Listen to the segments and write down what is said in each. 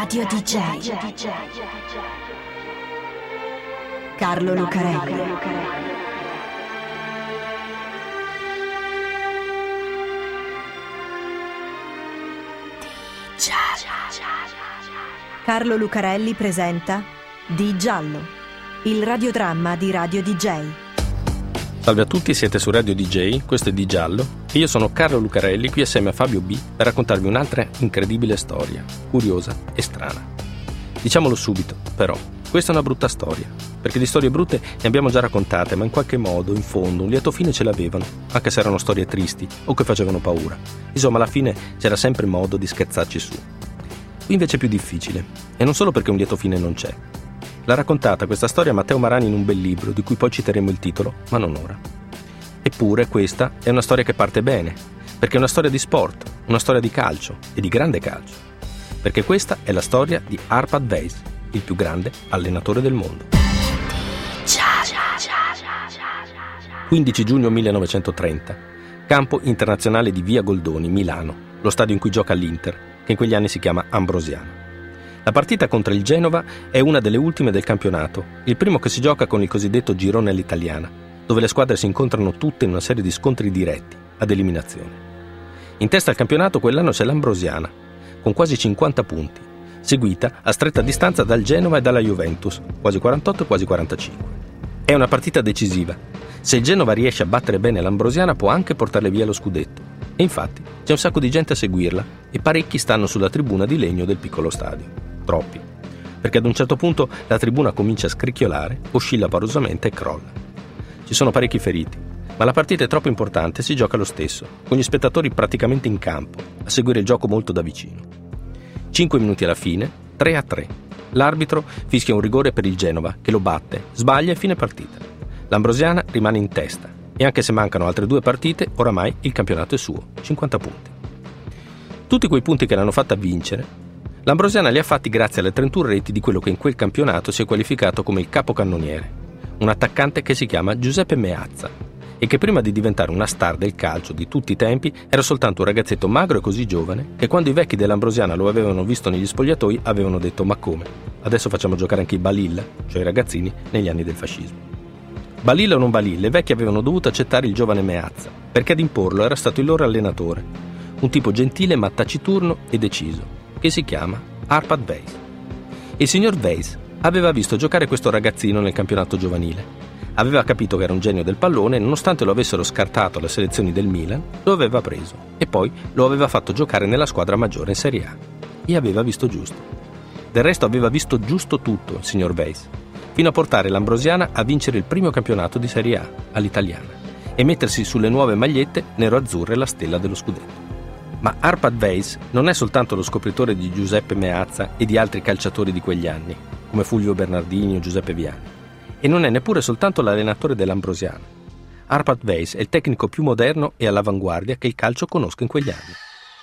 Radio DJ. Carlo Lucarelli. Carlo Lucarelli presenta Di Giallo, il radiodramma di Radio DJ. Salve a tutti, siete su Radio DJ, questo è Di Giallo e io sono Carlo Lucarelli qui assieme a Fabio B per raccontarvi un'altra incredibile storia, curiosa e strana. Diciamolo subito, però, questa è una brutta storia, perché di storie brutte ne abbiamo già raccontate, ma in qualche modo, in fondo, un lieto fine ce l'avevano, anche se erano storie tristi o che facevano paura. Insomma, alla fine c'era sempre modo di scherzarci su. Qui invece è più difficile, e non solo perché un lieto fine non c'è. L'ha raccontata questa storia Matteo Marani in un bel libro, di cui poi citeremo il titolo, ma non ora. Eppure questa è una storia che parte bene, perché è una storia di sport, una storia di calcio, e di grande calcio. Perché questa è la storia di Arpad Weisz, il più grande allenatore del mondo. 15 giugno 1930, campo internazionale di Via Goldoni, Milano, lo stadio in cui gioca l'Inter, che in quegli anni si chiama Ambrosiana. La partita contro il Genova è una delle ultime del campionato, il primo che si gioca con il cosiddetto girone all'italiana, dove le squadre si incontrano tutte in una serie di scontri diretti, ad eliminazione. In testa al campionato quell'anno c'è l'Ambrosiana, con quasi 50 punti, seguita a stretta distanza dal Genova e dalla Juventus, quasi 48 e quasi 45. È una partita decisiva. Se il Genova riesce a battere bene l'Ambrosiana può anche portarle via lo scudetto. E infatti c'è un sacco di gente a seguirla e parecchi stanno sulla tribuna di legno del piccolo stadio. Troppi, perché ad un certo punto la tribuna comincia a scricchiolare, oscilla paurosamente e crolla. Ci sono parecchi feriti, ma la partita è troppo importante e si gioca lo stesso, con gli spettatori praticamente in campo, a seguire il gioco molto da vicino. 5 minuti alla fine, 3-3. L'arbitro fischia un rigore per il Genova, che lo batte, sbaglia e fine partita. L'Ambrosiana rimane in testa, e anche se mancano altre 2 partite, oramai il campionato è suo, 50 punti. Tutti quei punti che l'hanno fatta vincere, l'Ambrosiana li ha fatti grazie alle 31 reti di quello che in quel campionato si è qualificato come il capocannoniere, un attaccante che si chiama Giuseppe Meazza e che prima di diventare una star del calcio di tutti i tempi era soltanto un ragazzetto magro e così giovane che quando i vecchi dell'Ambrosiana lo avevano visto negli spogliatoi avevano detto: ma come? Adesso facciamo giocare anche i Balilla, cioè i ragazzini, negli anni del fascismo. Balilla o non Balilla, i vecchi avevano dovuto accettare il giovane Meazza perché ad imporlo era stato il loro allenatore, un tipo gentile ma taciturno e deciso, che si chiama Arpad Weisz. Il signor Weisz aveva visto giocare questo ragazzino nel campionato giovanile. Aveva capito che era un genio del pallone e nonostante lo avessero scartato alle selezioni del Milan, lo aveva preso e poi lo aveva fatto giocare nella squadra maggiore in Serie A. E aveva visto giusto. Del resto aveva visto giusto tutto il signor Weisz, fino a portare l'Ambrosiana a vincere il primo campionato di Serie A all'italiana e mettersi sulle nuove magliette nero-azzurre la stella dello scudetto. Ma Arpad Weisz non è soltanto lo scopritore di Giuseppe Meazza e di altri calciatori di quegli anni, come Fulvio Bernardini o Giuseppe Viani, e non è neppure soltanto l'allenatore dell'Ambrosiana. Arpad Weisz è il tecnico più moderno e all'avanguardia che il calcio conosca in quegli anni.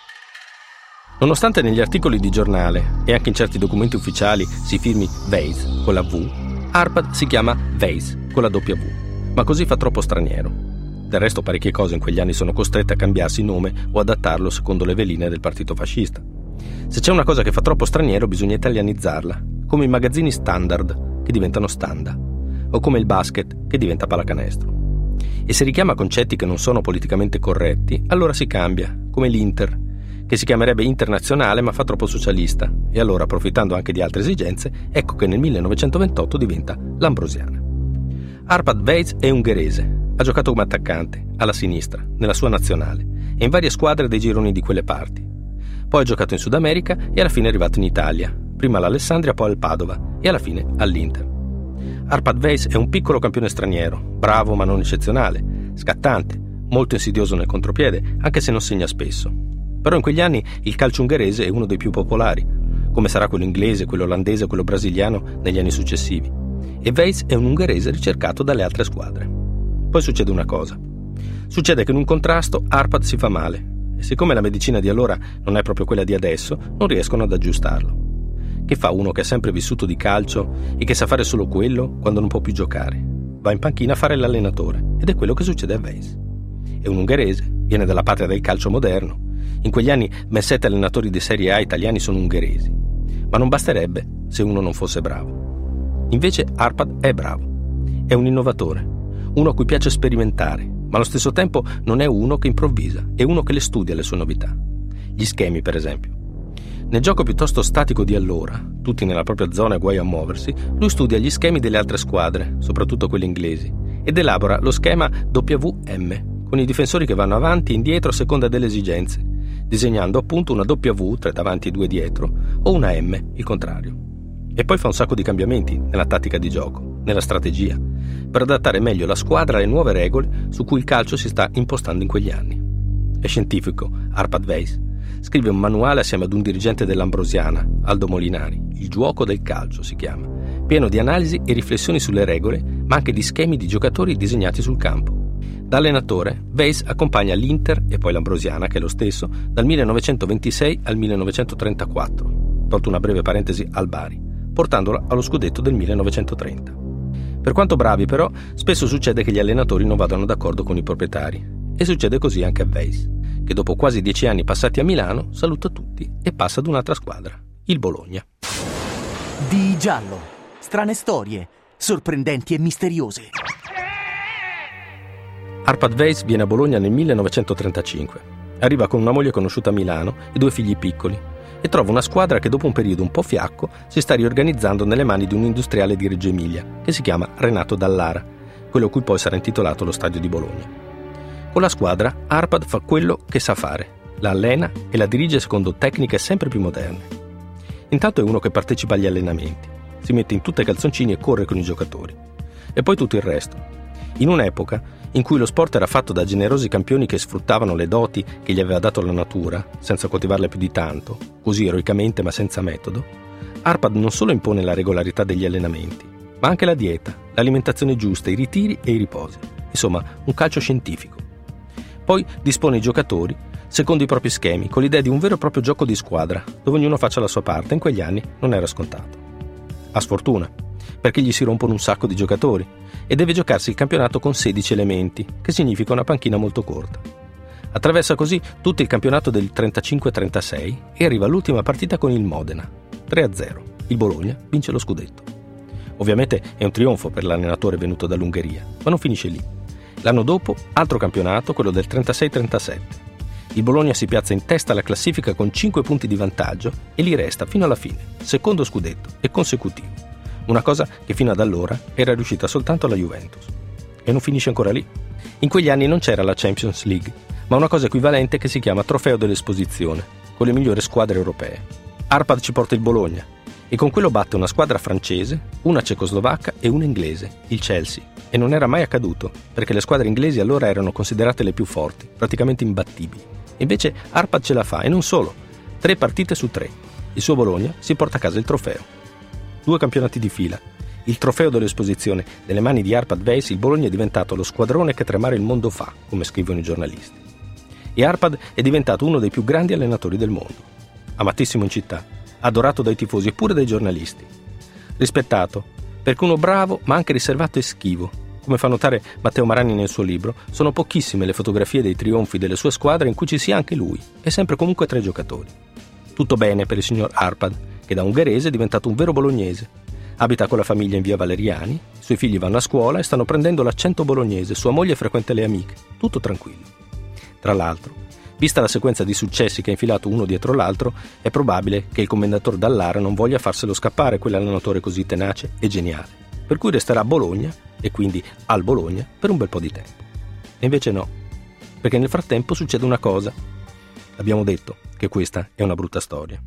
Nonostante negli articoli di giornale e anche in certi documenti ufficiali si firmi Weisz con la V, Arpad si chiama Weisz con la W, ma così fa troppo straniero. Del resto parecchie cose in quegli anni sono costrette a cambiarsi nome o adattarlo secondo le veline del partito fascista. Se c'è una cosa che fa troppo straniero bisogna italianizzarla, come i magazzini Standard che diventano Standa, o come il basket che diventa pallacanestro. E se richiama concetti che non sono politicamente corretti, allora si cambia, come l'Inter, che si chiamerebbe Internazionale ma fa troppo socialista, e allora, approfittando anche di altre esigenze, ecco che nel 1928 diventa l'Ambrosiana. Arpad Weisz è ungherese. Ha giocato come attaccante, alla sinistra, nella sua nazionale, e in varie squadre dei gironi di quelle parti. Poi ha giocato in Sud America e alla fine è arrivato in Italia, prima all'Alessandria, poi al Padova e alla fine all'Inter. Arpad Weisz è un piccolo campione straniero, bravo ma non eccezionale, scattante, molto insidioso nel contropiede, anche se non segna spesso. Però in quegli anni il calcio ungherese è uno dei più popolari, come sarà quello inglese, quello olandese, quello brasiliano negli anni successivi. E Weisz è un ungherese ricercato dalle altre squadre. Poi succede una cosa. Succede che in un contrasto Arpad si fa male e siccome la medicina di allora non è proprio quella di adesso, non riescono ad aggiustarlo. Che fa uno che ha sempre vissuto di calcio e che sa fare solo quello quando non può più giocare? Va in panchina a fare l'allenatore ed è quello che succede a Weisz. È un ungherese, viene dalla patria del calcio moderno. In quegli anni ben 7 allenatori di Serie A italiani sono ungheresi. Ma non basterebbe se uno non fosse bravo. Invece Arpad è bravo. È un innovatore, uno a cui piace sperimentare, ma allo stesso tempo non è uno che improvvisa, è uno che le studia le sue novità. Gli schemi, per esempio. Nel gioco piuttosto statico di allora, tutti nella propria zona e guai a muoversi, lui studia gli schemi delle altre squadre, soprattutto quelle inglesi, ed elabora lo schema WM, con i difensori che vanno avanti e indietro a seconda delle esigenze, disegnando appunto una W, 3 davanti e 2 dietro, o una M, il contrario. E poi fa un sacco di cambiamenti nella tattica di gioco, nella strategia, per adattare meglio la squadra alle nuove regole su cui il calcio si sta impostando in quegli anni. È scientifico, Arpad Weiss. Scrive un manuale assieme ad un dirigente dell'Ambrosiana, Aldo Molinari, Il gioco del calcio si chiama, pieno di analisi e riflessioni sulle regole, ma anche di schemi di giocatori disegnati sul campo. Da allenatore, Weiss accompagna l'Inter e poi l'Ambrosiana, che è lo stesso, dal 1926 al 1934, tolto una breve parentesi al Bari, portandola allo scudetto del 1930. Per quanto bravi però, spesso succede che gli allenatori non vadano d'accordo con i proprietari, e succede così anche a Weiss, che dopo quasi 10 anni passati a Milano saluta tutti e passa ad un'altra squadra, il Bologna. Di Giallo. Strane storie, sorprendenti e misteriose. Arpad Weiss viene a Bologna nel 1935. Arriva con una moglie conosciuta a Milano e 2 figli piccoli e trova una squadra che dopo un periodo un po' fiacco si sta riorganizzando nelle mani di un industriale di Reggio Emilia che si chiama Renato Dallara, quello a cui poi sarà intitolato lo stadio di Bologna. Con la squadra Arpad fa quello che sa fare, la allena e la dirige secondo tecniche sempre più moderne. Intanto è uno che partecipa agli allenamenti, si mette in tutte i calzoncini e corre con i giocatori. E poi tutto il resto. In un'epoca in cui lo sport era fatto da generosi campioni che sfruttavano le doti che gli aveva dato la natura, senza coltivarle più di tanto, così eroicamente ma senza metodo, Arpad non solo impone la regolarità degli allenamenti, ma anche la dieta, l'alimentazione giusta, i ritiri e i riposi. Insomma, un calcio scientifico. Poi dispone i giocatori secondo i propri schemi, con l'idea di un vero e proprio gioco di squadra, dove ognuno faccia la sua parte. In quegli anni non era scontato. Ha sfortuna, perché gli si rompono un sacco di giocatori e deve giocarsi il campionato con 16 elementi, che significa una panchina molto corta. Attraversa così tutto il campionato del 35-36 e arriva all'ultima partita con il Modena, 3-0. Il Bologna vince lo scudetto. Ovviamente è un trionfo per l'allenatore venuto dall'Ungheria, ma non finisce lì. L'anno dopo, altro campionato, quello del 36-37. Il Bologna si piazza in testa alla classifica con 5 punti di vantaggio e li resta fino alla fine, secondo scudetto e consecutivo. Una cosa che fino ad allora era riuscita soltanto alla Juventus. E non finisce ancora lì. In quegli anni non c'era la Champions League, ma una cosa equivalente che si chiama Trofeo dell'Esposizione, con le migliori squadre europee. Arpad ci porta il Bologna e con quello batte una squadra francese, una cecoslovacca e una inglese, il Chelsea. E non era mai accaduto, perché le squadre inglesi allora erano considerate le più forti, praticamente imbattibili. Invece Arpad ce la fa, e non solo. 3 partite su 3. Il suo Bologna si porta a casa il trofeo. 2 campionati di fila. Il trofeo dell'Esposizione. Nelle mani di Arpad Weiss il Bologna è diventato lo squadrone che tremare il mondo fa, come scrivono i giornalisti. E Arpad è diventato uno dei più grandi allenatori del mondo. Amatissimo in città, adorato dai tifosi e pure dai giornalisti. Rispettato, perché uno bravo ma anche riservato e schivo. Come fa notare Matteo Marani nel suo libro, sono pochissime le fotografie dei trionfi delle sue squadre in cui ci sia anche lui, e sempre comunque tra i giocatori. Tutto bene per il signor Arpad, che da ungherese è diventato un vero bolognese. Abita con la famiglia in via Valeriani, i suoi figli vanno a scuola e stanno prendendo l'accento bolognese, sua moglie frequenta le amiche, tutto tranquillo. Tra l'altro, vista la sequenza di successi che ha infilato uno dietro l'altro, è probabile che il commendator Dallara non voglia farselo scappare quell'allenatore così tenace e geniale, per cui resterà a Bologna, e quindi al Bologna, per un bel po' di tempo. E invece no, perché nel frattempo succede una cosa. Abbiamo detto che questa è una brutta storia.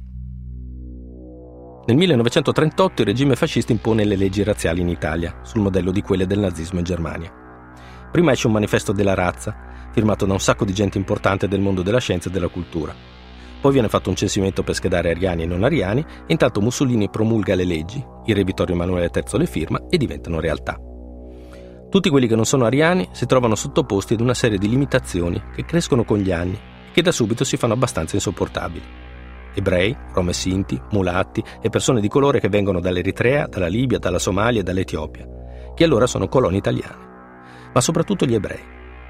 Nel 1938 il regime fascista impone le leggi razziali in Italia, sul modello di quelle del nazismo in Germania. Prima esce un manifesto della razza, firmato da un sacco di gente importante del mondo della scienza e della cultura. Poi viene fatto un censimento per schedare ariani e non ariani, e intanto Mussolini promulga le leggi, il re Vittorio Emanuele III le firma e diventano realtà. Tutti quelli che non sono ariani si trovano sottoposti ad una serie di limitazioni che crescono con gli anni e che da subito si fanno abbastanza insopportabili. Ebrei, rom e sinti, mulatti e persone di colore che vengono dall'Eritrea, dalla Libia, dalla Somalia e dall'Etiopia, che allora sono colonie italiane. Ma soprattutto gli ebrei.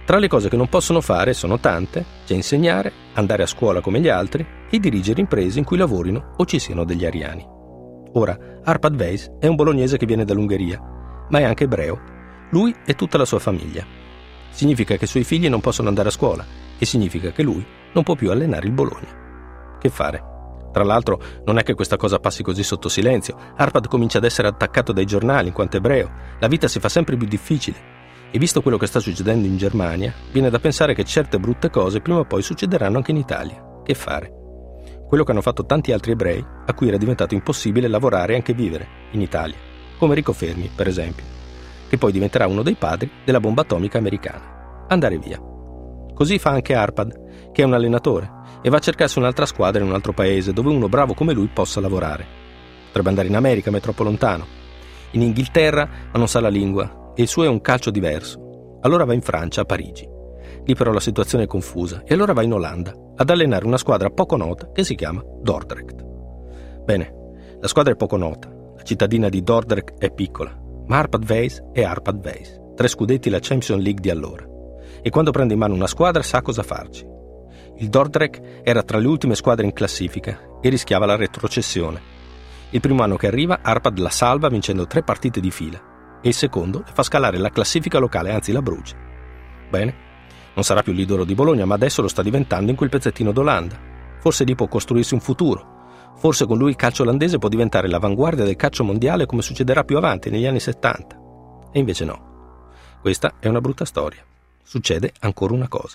Tra le cose che non possono fare sono tante: c'è insegnare, andare a scuola come gli altri e dirigere imprese in cui lavorino o ci siano degli ariani. Ora, Arpad Weiss è un bolognese che viene dall'Ungheria, ma è anche ebreo. Lui e tutta la sua famiglia. Significa che i suoi figli non possono andare a scuola e significa che lui non può più allenare il Bologna. Che fare? Tra l'altro, non è che questa cosa passi così sotto silenzio. Arpad comincia ad essere attaccato dai giornali in quanto ebreo. La vita si fa sempre più difficile. E visto quello che sta succedendo in Germania, viene da pensare che certe brutte cose prima o poi succederanno anche in Italia. Che fare? Quello che hanno fatto tanti altri ebrei, a cui era diventato impossibile lavorare e anche vivere in Italia, come Enrico Fermi, per esempio, che poi diventerà uno dei padri della bomba atomica americana. Andare via. Così fa anche Arpad, che è un allenatore, e va a cercarsi un'altra squadra in un altro paese dove uno bravo come lui possa lavorare. Potrebbe andare in America, ma è troppo lontano. In Inghilterra, ma non sa la lingua, e il suo è un calcio diverso. Allora va in Francia, a Parigi. Lì però la situazione è confusa, e allora va in Olanda, ad allenare una squadra poco nota che si chiama Dordrecht. Bene, la squadra è poco nota, la cittadina di Dordrecht è piccola, ma Arpad Weiss è Arpad Weiss, 3 scudetti la Champions League di allora. E quando prende in mano una squadra sa cosa farci. Il Dordrecht era tra le ultime squadre in classifica e rischiava la retrocessione. Il primo anno che arriva, Arpad la salva vincendo 3 partite di fila, e il secondo le fa scalare la classifica locale, anzi la brucia. Bene, non sarà più l'idolo di Bologna, ma adesso lo sta diventando in quel pezzettino d'Olanda. Forse lì può costruirsi un futuro. Forse con lui il calcio olandese può diventare l'avanguardia del calcio mondiale, come succederà più avanti, negli anni 70. E invece no. Questa è una brutta storia. Succede ancora una cosa.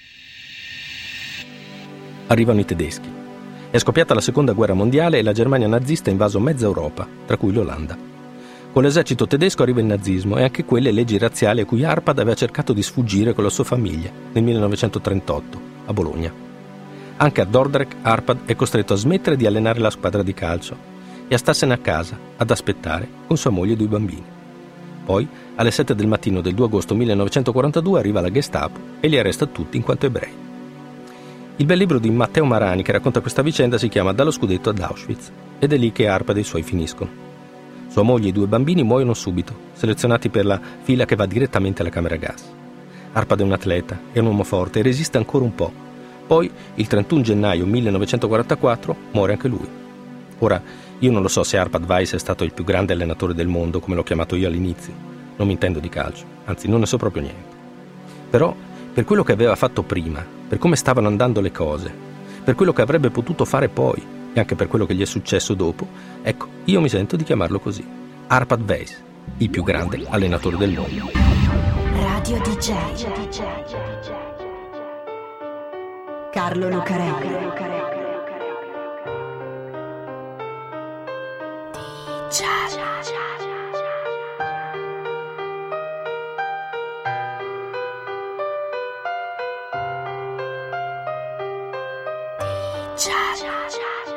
Arrivano i tedeschi. È scoppiata la seconda guerra mondiale e la Germania nazista ha invaso mezza Europa, tra cui l'Olanda. Con l'esercito tedesco arriva il nazismo e anche quelle leggi razziali a cui Arpad aveva cercato di sfuggire con la sua famiglia nel 1938 a Bologna. Anche a Dordrecht Arpad è costretto a smettere di allenare la squadra di calcio e a starsene a casa ad aspettare con sua moglie e 2 bambini. Poi, alle 7 del mattino del 2 agosto 1942 arriva la Gestapo e li arresta tutti in quanto ebrei. Il bel libro di Matteo Marani che racconta questa vicenda si chiama Dallo scudetto ad Auschwitz ed è lì che Arpad e i suoi finiscono. Sua moglie e i 2 bambini muoiono subito, selezionati per la fila che va direttamente alla camera gas. Arpad è un atleta, è un uomo forte e resiste ancora un po'. Poi, il 31 gennaio 1944, muore anche lui. Ora, io non lo so se Arpad Weiss è stato il più grande allenatore del mondo, come l'ho chiamato io all'inizio. Non mi intendo di calcio, anzi non ne so proprio niente. Però, per quello che aveva fatto prima, per come stavano andando le cose, per quello che avrebbe potuto fare poi, e anche per quello che gli è successo dopo, ecco, io mi sento di chiamarlo così. Arpad Weiss, il più grande allenatore del mondo. Radio DJ Carlo Lucarelli. DJ